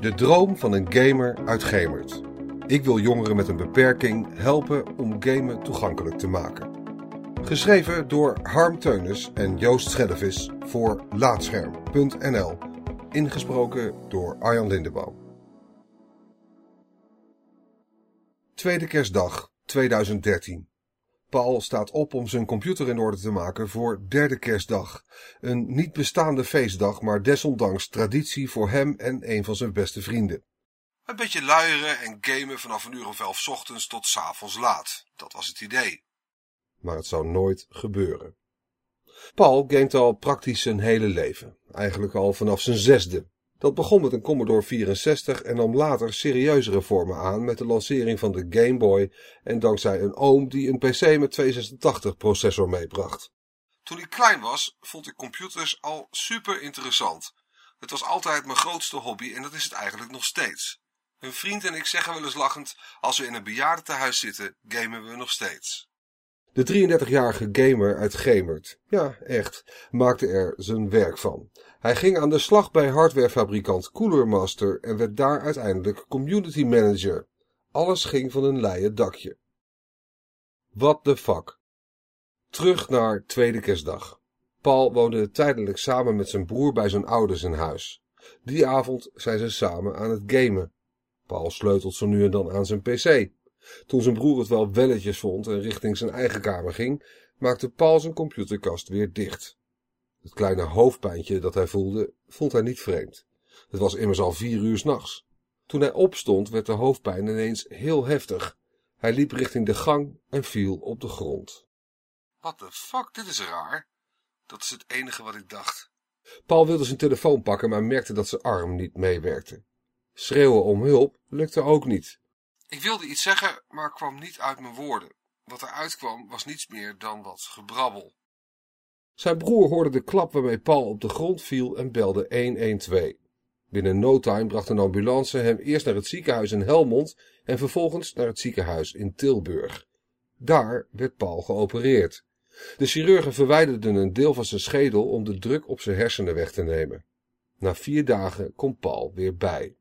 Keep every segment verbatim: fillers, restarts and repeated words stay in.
De droom van een gamer uit Gemert. Ik wil jongeren met een beperking helpen om gamen toegankelijk te maken. Geschreven door Harm Teunis en Joost Schellevis voor Laatscherm punt n l. Ingesproken door Arjan Lindeboom. Tweede kerstdag tweeduizend dertien. Paul staat op om zijn computer in orde te maken voor derde kerstdag. Een niet bestaande feestdag, maar desondanks traditie voor hem en een van zijn beste vrienden. Een beetje luieren en gamen vanaf een uur of elf 's ochtends tot 's avonds laat. Dat was het idee. Maar het zou nooit gebeuren. Paul gamet al praktisch zijn hele leven. Eigenlijk al vanaf zijn zesde. Dat begon met een Commodore vierenzestig en nam later serieuzere vormen aan met de lancering van de Game Boy en dankzij een oom die een P C met tweehonderdzesentachtig processor meebracht. Toen ik klein was, vond ik computers al super interessant. Het was altijd mijn grootste hobby en dat is het eigenlijk nog steeds. Een vriend en ik zeggen wel eens lachend, als we in een bejaardentehuis zitten, gamen we nog steeds. De drieëndertigjarige gamer uit Gemert, ja echt, maakte er zijn werk van. Hij ging aan de slag bij hardwarefabrikant Cooler Master en werd daar uiteindelijk community manager. Alles ging van een leien dakje. What the fuck? Terug naar tweede kerstdag. Paul woonde tijdelijk samen met zijn broer bij zijn ouders in huis. Die avond zijn ze samen aan het gamen. Paul sleutelt zo nu en dan aan zijn pc. Toen zijn broer het wel welletjes vond en richting zijn eigen kamer ging, maakte Paul zijn computerkast weer dicht. Het kleine hoofdpijntje dat hij voelde, vond hij niet vreemd. Het was immers al vier uur 's nachts. Toen hij opstond, werd de hoofdpijn ineens heel heftig. Hij liep richting de gang en viel op de grond. What the fuck, dit is raar. Dat is het enige wat ik dacht. Paul wilde zijn telefoon pakken, maar merkte dat zijn arm niet meewerkte. Schreeuwen om hulp lukte ook niet. Ik wilde iets zeggen, maar kwam niet uit mijn woorden. Wat er uitkwam was niets meer dan wat gebrabbel. Zijn broer hoorde de klap waarmee Paul op de grond viel en belde honderdtwaalf. Binnen no time bracht een ambulance hem eerst naar het ziekenhuis in Helmond en vervolgens naar het ziekenhuis in Tilburg. Daar werd Paul geopereerd. De chirurgen verwijderden een deel van zijn schedel om de druk op zijn hersenen weg te nemen. Na vier dagen kon Paul weer bij.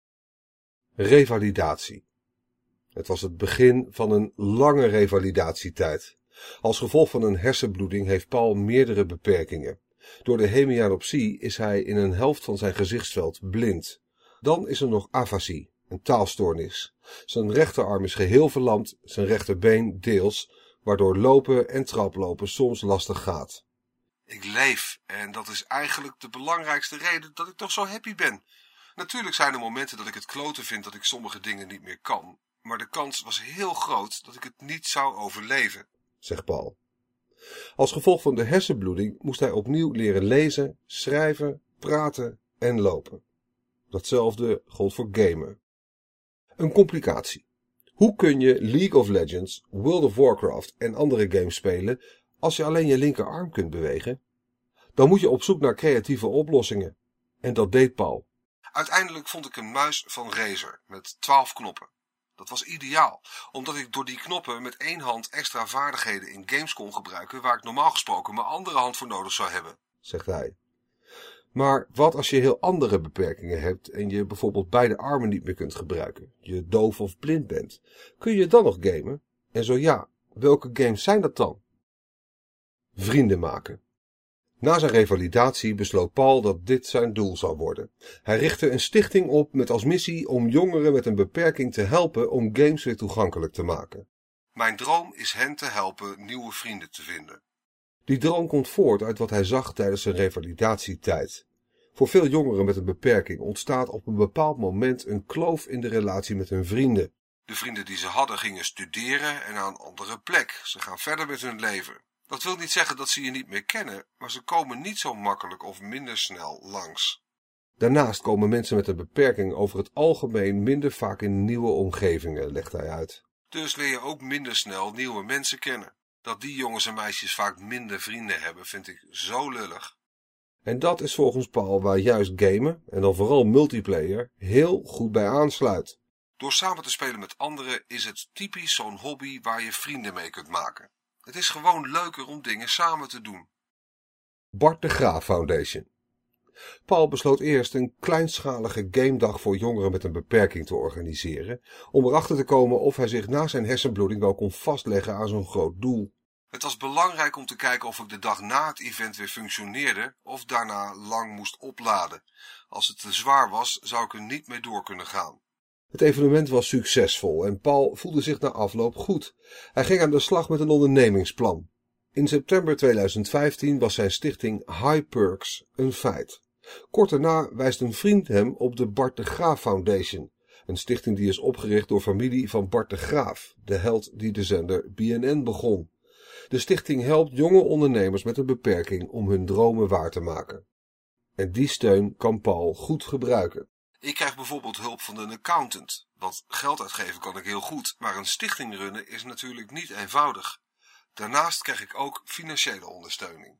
Revalidatie. Het was het begin van een lange revalidatietijd. Als gevolg van een hersenbloeding heeft Paul meerdere beperkingen. Door de hemianopsie is hij in een helft van zijn gezichtsveld blind. Dan is er nog afasie, een taalstoornis. Zijn rechterarm is geheel verlamd, zijn rechterbeen deels, waardoor lopen en traplopen soms lastig gaat. Ik leef en dat is eigenlijk de belangrijkste reden dat ik toch zo happy ben. Natuurlijk zijn er momenten dat ik het kloten vind dat ik sommige dingen niet meer kan. Maar de kans was heel groot dat ik het niet zou overleven, zegt Paul. Als gevolg van de hersenbloeding moest hij opnieuw leren lezen, schrijven, praten en lopen. Datzelfde gold voor gamen. Een complicatie. Hoe kun je League of Legends, World of Warcraft en andere games spelen als je alleen je linkerarm kunt bewegen? Dan moet je op zoek naar creatieve oplossingen. En dat deed Paul. Uiteindelijk vond ik een muis van Razer met twaalf knoppen. Dat was ideaal, omdat ik door die knoppen met één hand extra vaardigheden in games kon gebruiken waar ik normaal gesproken mijn andere hand voor nodig zou hebben, zegt hij. Maar wat als je heel andere beperkingen hebt en je bijvoorbeeld beide armen niet meer kunt gebruiken, je doof of blind bent? Kun je dan nog gamen? En zo ja, welke games zijn dat dan? Vrienden maken. Na zijn revalidatie besloot Paul dat dit zijn doel zou worden. Hij richtte een stichting op met als missie om jongeren met een beperking te helpen om games weer toegankelijk te maken. Mijn droom is hen te helpen nieuwe vrienden te vinden. Die droom komt voort uit wat hij zag tijdens zijn revalidatietijd. Voor veel jongeren met een beperking ontstaat op een bepaald moment een kloof in de relatie met hun vrienden. De vrienden die ze hadden gingen studeren en naar een andere plek. Ze gaan verder met hun leven. Dat wil niet zeggen dat ze je niet meer kennen, maar ze komen niet zo makkelijk of minder snel langs. Daarnaast komen mensen met een beperking over het algemeen minder vaak in nieuwe omgevingen, legt hij uit. Dus leer je ook minder snel nieuwe mensen kennen. Dat die jongens en meisjes vaak minder vrienden hebben, vind ik zo lullig. En dat is volgens Paul waar juist gamen, en dan vooral multiplayer, heel goed bij aansluit. Door samen te spelen met anderen is het typisch zo'n hobby waar je vrienden mee kunt maken. Het is gewoon leuker om dingen samen te doen. Bart de Graaf Foundation. Paul besloot eerst een kleinschalige gamedag voor jongeren met een beperking te organiseren, om erachter te komen of hij zich na zijn hersenbloeding wel kon vastleggen aan zo'n groot doel. Het was belangrijk om te kijken of ik de dag na het event weer functioneerde of daarna lang moest opladen. Als het te zwaar was, zou ik er niet mee door kunnen gaan. Het evenement was succesvol en Paul voelde zich na afloop goed. Hij ging aan de slag met een ondernemingsplan. In september tweeduizend vijftien was zijn stichting High Perks een feit. Kort daarna wijst een vriend hem op de Bart de Graaf Foundation, een stichting die is opgericht door familie van Bart de Graaf, de held die de zender B N N begon. De stichting helpt jonge ondernemers met een beperking om hun dromen waar te maken. En die steun kan Paul goed gebruiken. Ik krijg bijvoorbeeld hulp van een accountant, want geld uitgeven kan ik heel goed, maar een stichting runnen is natuurlijk niet eenvoudig. Daarnaast krijg ik ook financiële ondersteuning.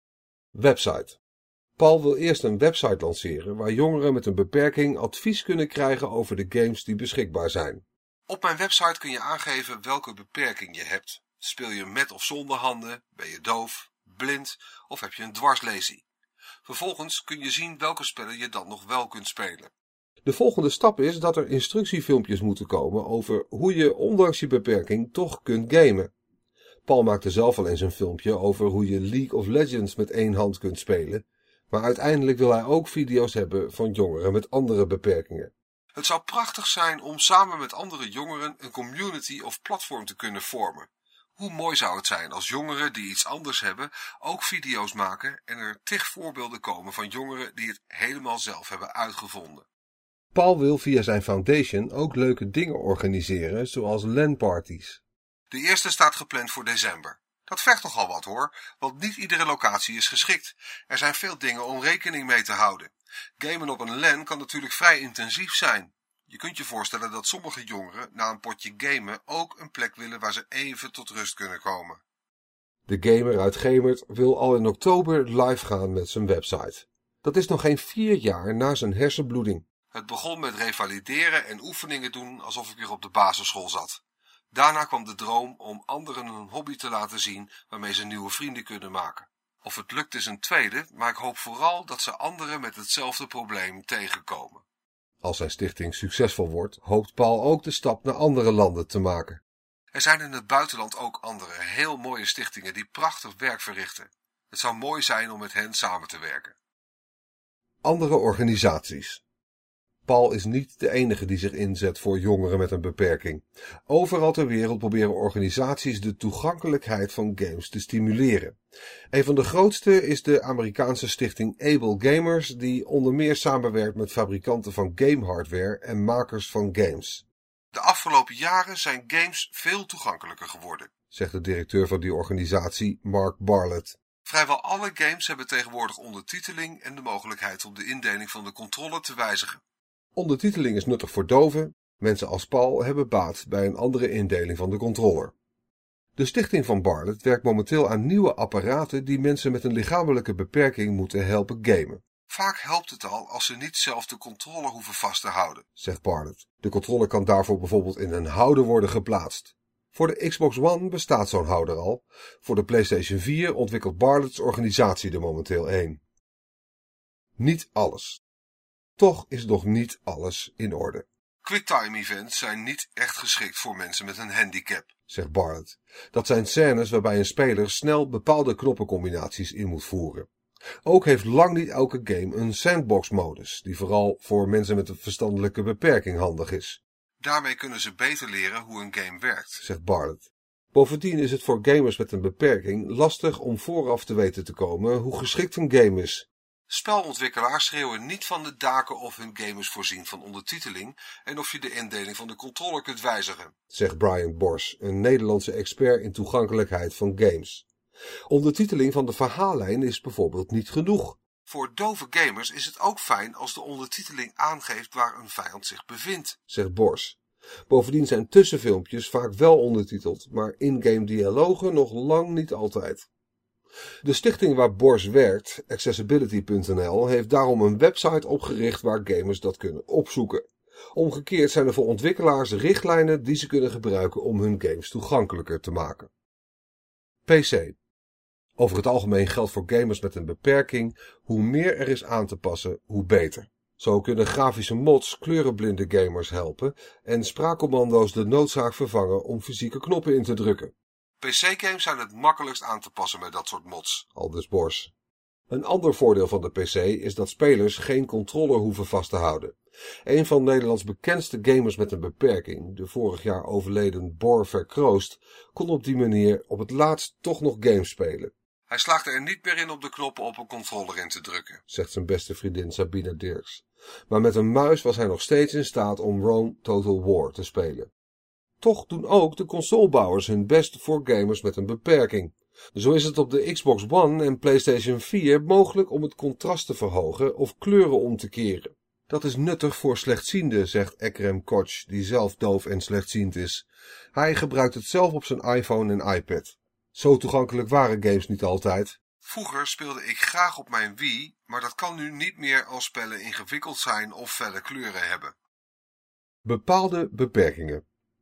Website. Paul wil eerst een website lanceren waar jongeren met een beperking advies kunnen krijgen over de games die beschikbaar zijn. Op mijn website kun je aangeven welke beperking je hebt. Speel je met of zonder handen, ben je doof, blind of heb je een dwarslesie. Vervolgens kun je zien welke spellen je dan nog wel kunt spelen. De volgende stap is dat er instructiefilmpjes moeten komen over hoe je ondanks je beperking toch kunt gamen. Paul maakte zelf al eens een filmpje over hoe je League of Legends met één hand kunt spelen, maar uiteindelijk wil hij ook video's hebben van jongeren met andere beperkingen. Het zou prachtig zijn om samen met andere jongeren een community of platform te kunnen vormen. Hoe mooi zou het zijn als jongeren die iets anders hebben ook video's maken en er tig voorbeelden komen van jongeren die het helemaal zelf hebben uitgevonden. Paul wil via zijn foundation ook leuke dingen organiseren, zoals LAN-parties. De eerste staat gepland voor december. Dat vergt nogal wat hoor, want niet iedere locatie is geschikt. Er zijn veel dingen om rekening mee te houden. Gamen op een LAN kan natuurlijk vrij intensief zijn. Je kunt je voorstellen dat sommige jongeren na een potje gamen ook een plek willen waar ze even tot rust kunnen komen. De gamer uit Gemert wil al in oktober live gaan met zijn website. Dat is nog geen vier jaar na zijn hersenbloeding. Het begon met revalideren en oefeningen doen alsof ik weer op de basisschool zat. Daarna kwam de droom om anderen een hobby te laten zien waarmee ze nieuwe vrienden kunnen maken. Of het lukt is een tweede, maar ik hoop vooral dat ze anderen met hetzelfde probleem tegenkomen. Als zijn stichting succesvol wordt, hoopt Paul ook de stap naar andere landen te maken. Er zijn in het buitenland ook andere, heel mooie stichtingen die prachtig werk verrichten. Het zou mooi zijn om met hen samen te werken. Andere organisaties. Paul is niet de enige die zich inzet voor jongeren met een beperking. Overal ter wereld proberen organisaties de toegankelijkheid van games te stimuleren. Een van de grootste is de Amerikaanse stichting Able Gamers, die onder meer samenwerkt met fabrikanten van gamehardware en makers van games. De afgelopen jaren zijn games veel toegankelijker geworden, zegt de directeur van die organisatie, Mark Bartlett. Vrijwel alle games hebben tegenwoordig ondertiteling en de mogelijkheid om de indeling van de controller te wijzigen. Ondertiteling is nuttig voor doven. Mensen als Paul hebben baat bij een andere indeling van de controller. De stichting van Bartlett werkt momenteel aan nieuwe apparaten die mensen met een lichamelijke beperking moeten helpen gamen. Vaak helpt het al als ze niet zelf de controller hoeven vast te houden, zegt Bartlett. De controller kan daarvoor bijvoorbeeld in een houder worden geplaatst. Voor de Xbox One bestaat zo'n houder al. Voor de PlayStation vier ontwikkelt Bartlett's organisatie er momenteel een. Niet alles. Toch is nog niet alles in orde. Quicktime events zijn niet echt geschikt voor mensen met een handicap, zegt Bartlett. Dat zijn scènes waarbij een speler snel bepaalde knoppencombinaties in moet voeren. Ook heeft lang niet elke game een sandbox-modus, die vooral voor mensen met een verstandelijke beperking handig is. Daarmee kunnen ze beter leren hoe een game werkt, zegt Bartlett. Bovendien is het voor gamers met een beperking lastig om vooraf te weten te komen hoe geschikt een game is. Spelontwikkelaars schreeuwen niet van de daken of hun gamers voorzien van ondertiteling en of je de indeling van de controller kunt wijzigen, zegt Brian Bors, een Nederlandse expert in toegankelijkheid van games. Ondertiteling van de verhaallijn is bijvoorbeeld niet genoeg. Voor dove gamers is het ook fijn als de ondertiteling aangeeft waar een vijand zich bevindt, zegt Bors. Bovendien zijn tussenfilmpjes vaak wel ondertiteld, maar in-game dialogen nog lang niet altijd. De stichting waar Bors werkt, accessibility punt n l, heeft daarom een website opgericht waar gamers dat kunnen opzoeken. Omgekeerd zijn er voor ontwikkelaars richtlijnen die ze kunnen gebruiken om hun games toegankelijker te maken. P C. Over het algemeen geldt voor gamers met een beperking, hoe meer er is aan te passen, hoe beter. Zo kunnen grafische mods kleurenblinde gamers helpen en spraakcommando's de noodzaak vervangen om fysieke knoppen in te drukken. P C-games zijn het makkelijkst aan te passen met dat soort mods, aldus Bors. Een ander voordeel van de P C is dat spelers geen controller hoeven vast te houden. Een van Nederlands bekendste gamers met een beperking, de vorig jaar overleden Bor Verkroost, kon op die manier op het laatst toch nog games spelen. Hij slaagde er niet meer in om de knoppen op een controller in te drukken, zegt zijn beste vriendin Sabina Dirks. Maar met een muis was hij nog steeds in staat om Rome Total War te spelen. Toch doen ook de consolebouwers hun best voor gamers met een beperking. Zo is het op de Xbox One en PlayStation vier mogelijk om het contrast te verhogen of kleuren om te keren. Dat is nuttig voor slechtzienden, zegt Ekrem Koç, die zelf doof en slechtziend is. Hij gebruikt het zelf op zijn iPhone en iPad. Zo toegankelijk waren games niet altijd. Vroeger speelde ik graag op mijn Wii, maar dat kan nu niet meer als spellen ingewikkeld zijn of felle kleuren hebben. Bepaalde beperkingen.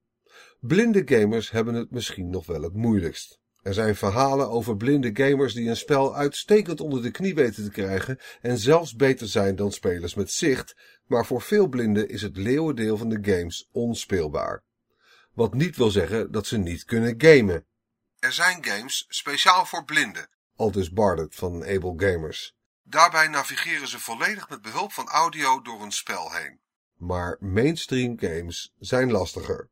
Blinde gamers hebben het misschien nog wel het moeilijkst. Er zijn verhalen over blinde gamers die een spel uitstekend onder de knie weten te krijgen en zelfs beter zijn dan spelers met zicht, maar voor veel blinden is het leeuwendeel van de games onspeelbaar. Wat niet wil zeggen dat ze niet kunnen gamen. Er zijn games speciaal voor blinden, aldus Bardet van Able Gamers. Daarbij navigeren ze volledig met behulp van audio door een spel heen. Maar mainstream games zijn lastiger.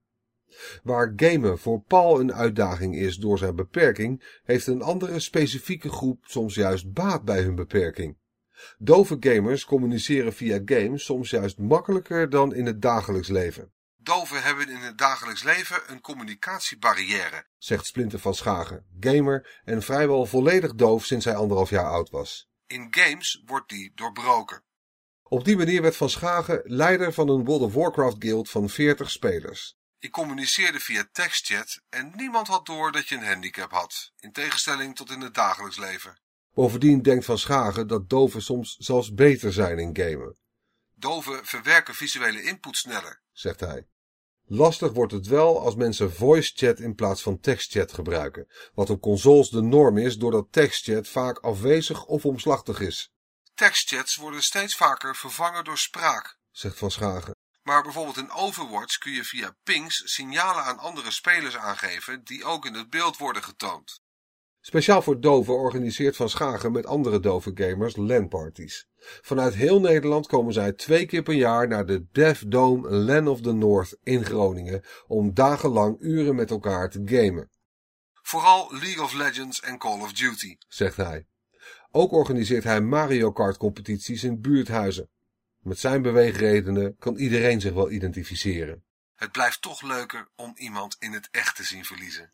Waar gamen voor Paul een uitdaging is door zijn beperking, heeft een andere specifieke groep soms juist baat bij hun beperking. Dove gamers communiceren via games soms juist makkelijker dan in het dagelijks leven. Doven hebben in het dagelijks leven een communicatiebarrière, zegt Splinter van Schagen, gamer en vrijwel volledig doof sinds hij anderhalf jaar oud was. In games wordt die doorbroken. Op die manier werd Van Schagen leider van een World of Warcraft guild van veertig spelers. Ik communiceerde via tekstchat en niemand had door dat je een handicap had, in tegenstelling tot in het dagelijks leven. Bovendien denkt Van Schagen dat doven soms zelfs beter zijn in gamen. Doven verwerken visuele input sneller, zegt hij. Lastig wordt het wel als mensen voice chat in plaats van tekstchat gebruiken, wat op consoles de norm is doordat tekstchat vaak afwezig of omslachtig is. Tekstchats worden steeds vaker vervangen door spraak, zegt Van Schagen. Maar bijvoorbeeld in Overwatch kun je via pings signalen aan andere spelers aangeven die ook in het beeld worden getoond. Speciaal voor doven organiseert Van Schagen met andere dove gamers LAN-parties. Vanuit heel Nederland komen zij twee keer per jaar naar de Deaf Dome LAN of the North in Groningen om dagenlang uren met elkaar te gamen. Vooral League of Legends en Call of Duty, zegt hij. Ook organiseert hij Mario Kart competities in buurthuizen. Met zijn beweegredenen kan iedereen zich wel identificeren. Het blijft toch leuker om iemand in het echt te zien verliezen.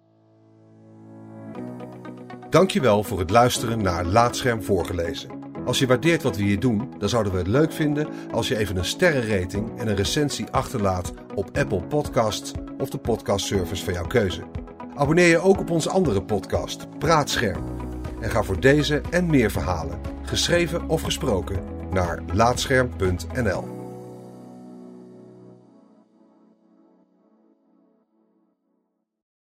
Dankjewel voor het luisteren naar Laatscherm voorgelezen. Als je waardeert wat we hier doen, dan zouden we het leuk vinden als je even een sterrenrating en een recensie achterlaat op Apple Podcasts of de podcastservice van jouw keuze. Abonneer je ook op onze andere podcast, Praatscherm. En ga voor deze en meer verhalen, geschreven of gesproken, naar laatscherm punt n l.